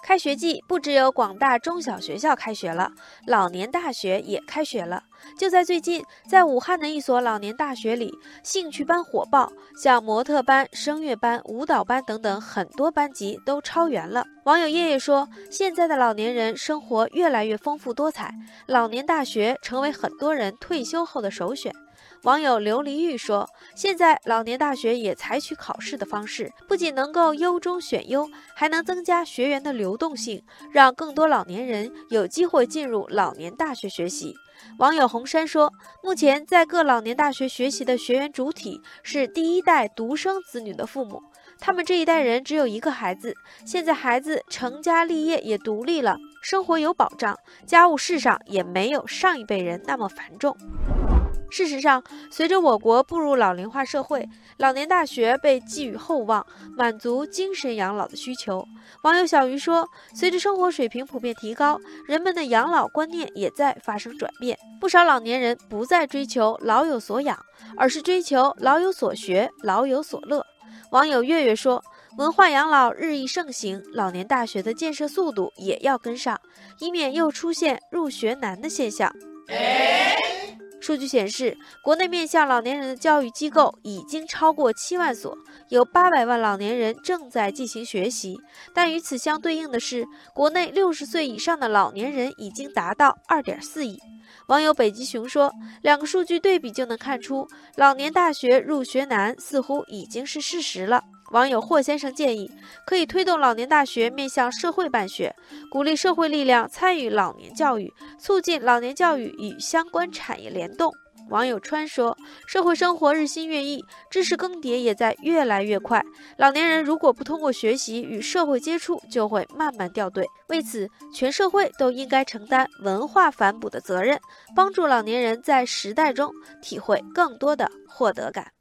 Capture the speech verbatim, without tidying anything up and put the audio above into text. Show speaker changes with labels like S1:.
S1: 开学季不只有广大中小学校开学了，老年大学也开学了。就在最近，在武汉的一所老年大学里，兴趣班火爆，像模特班、声乐班、舞蹈班等等很多班级都超员了。网友叶叶说，现在的老年人生活越来越丰富多彩，老年大学成为很多人退休后的首选。网友琉璃玉说，现在老年大学也采取考试的方式，不仅能够优中选优，还能增加学员的流动性，让更多老年人有机会进入老年大学学习。网友红山说，目前在各老年大学学习的学员主体是第一代独生子女的父母，他们这一代人只有一个孩子，现在孩子成家立业也独立了，生活有保障，家务事上也没有上一辈人那么繁重。事实上，随着我国步入老龄化社会，老年大学被寄予厚望，满足精神养老的需求。网友小鱼说，随着生活水平普遍提高，人们的养老观念也在发生转变，不少老年人不再追求老有所养，而是追求老有所学、老有所乐。网友月月说，文化养老日益盛行，老年大学的建设速度也要跟上，以免又出现入学难的现象。数据显示，国内面向老年人的教育机构已经超过七万所，有八百万老年人正在进行学习。但与此相对应的是，国内六十岁以上的老年人已经达到 二点四亿。网友北极熊说，两个数据对比就能看出，老年大学入学难似乎已经是事实了。网友霍先生建议，可以推动老年大学面向社会办学，鼓励社会力量参与老年教育，促进老年教育与相关产业联动。网友川说，社会生活日新月异，知识更迭也在越来越快，老年人如果不通过学习与社会接触，就会慢慢掉队。为此，全社会都应该承担文化反哺的责任，帮助老年人在时代中体会更多的获得感。